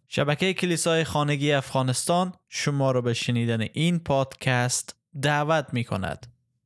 شبکه کلیسای خانگی افغانستان شما را به شنیدن این پادکست دعوت می کند.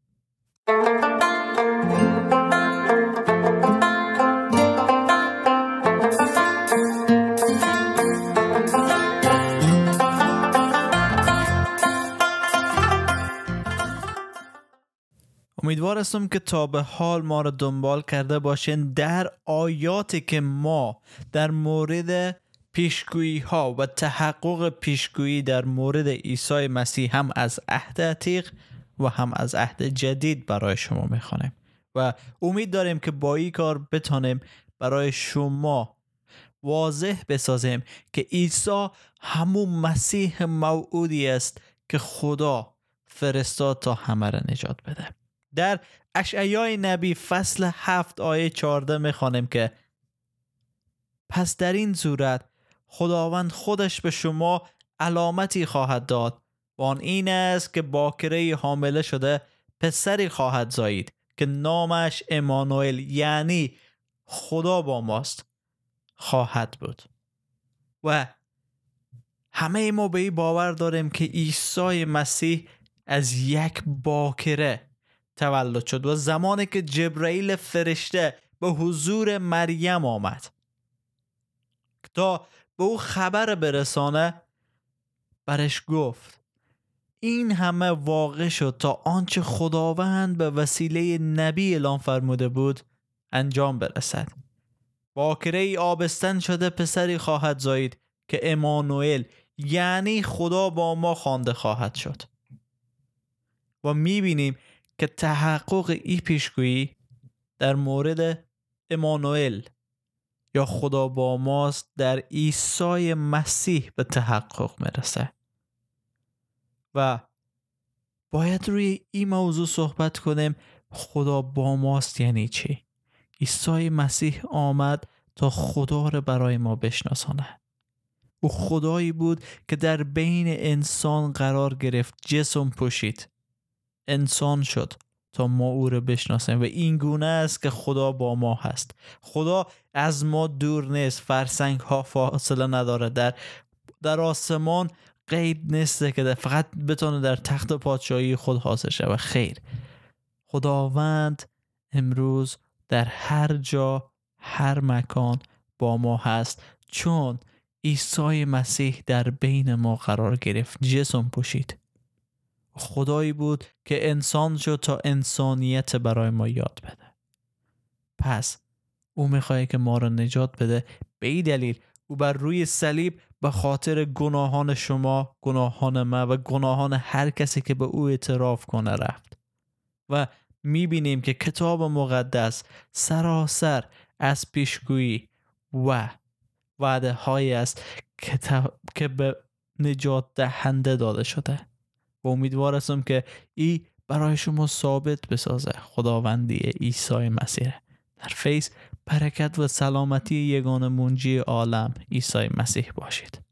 امیدوار هستم که تا به حال ما را دنبال کرده باشین در آیاتی که ما در مورد پیشگویی ها و تحقق پیشگویی در مورد عیسی مسیح هم از عهد عتیق و هم از عهد جدید برای شما میخوانیم و امید داریم که با این کار بتونیم برای شما واضح بسازیم که عیسی همون مسیح موعودی است که خدا فرستاد تا همه را نجات بده. در اشعیای نبی فصل 7 آیه 14 میخوانیم که پس در این صورت خداوند خودش به شما علامتی خواهد داد و آن این است که باکره حامله شده پسری خواهد زایید که نامش امانوئل یعنی خدا با ماست خواهد بود. و همه ما به این باور داریم که عیسی مسیح از یک باکره تولد شد و زمانی که جبرائیل فرشته به حضور مریم آمد تا به او خبر برسانه، برش گفت این همه واقع شد تا آنچه خداوند به وسیله نبی اعلام فرموده بود انجام برسد. باکره آبستن شده پسری خواهد زایید که امانوئل یعنی خدا با ما خوانده خواهد شد. و میبینیم که تحقق این پیشگویی در مورد امانوئل یا خدا با ماست در عیسی مسیح به تحقق میرسه. و باید روی این موضوع صحبت کنیم خدا با ماست یعنی چی؟ عیسی مسیح آمد تا خدا رو برای ما بشناسانه. او خدایی بود که در بین انسان قرار گرفت، جسم پوشید، انسان شد تا ما او رو بشناسیم و این گونه است که خدا با ما هست. خدا از ما دور نیست، فرسنگ ها فاصله نداره، در آسمان قید نیست که فقط بتونه در تخت پادشاهی خود حاضر شود. خیر، خداوند امروز در هر جا هر مکان با ما هست، چون عیسی مسیح در بین ما قرار گرفت، جسم پوشید. خدایی بود که انسان شد تا انسانیت برای ما یاد بده. پس او میخواد که ما را نجات بده. به این دلیل او بر روی صلیب به خاطر گناهان شما، گناهان من و گناهان هر کسی که به او اعتراف کنه رفت. و میبینیم که کتاب مقدس سراسر از پیشگویی و وعده هایی است که به نجات دهنده داده شده. و امیدوار هستم که این برای شما ثابت بسازه خداوندی عیسی مسیح. در فیض، برکت و سلامتی یگانه منجی عالم عیسی مسیح باشید.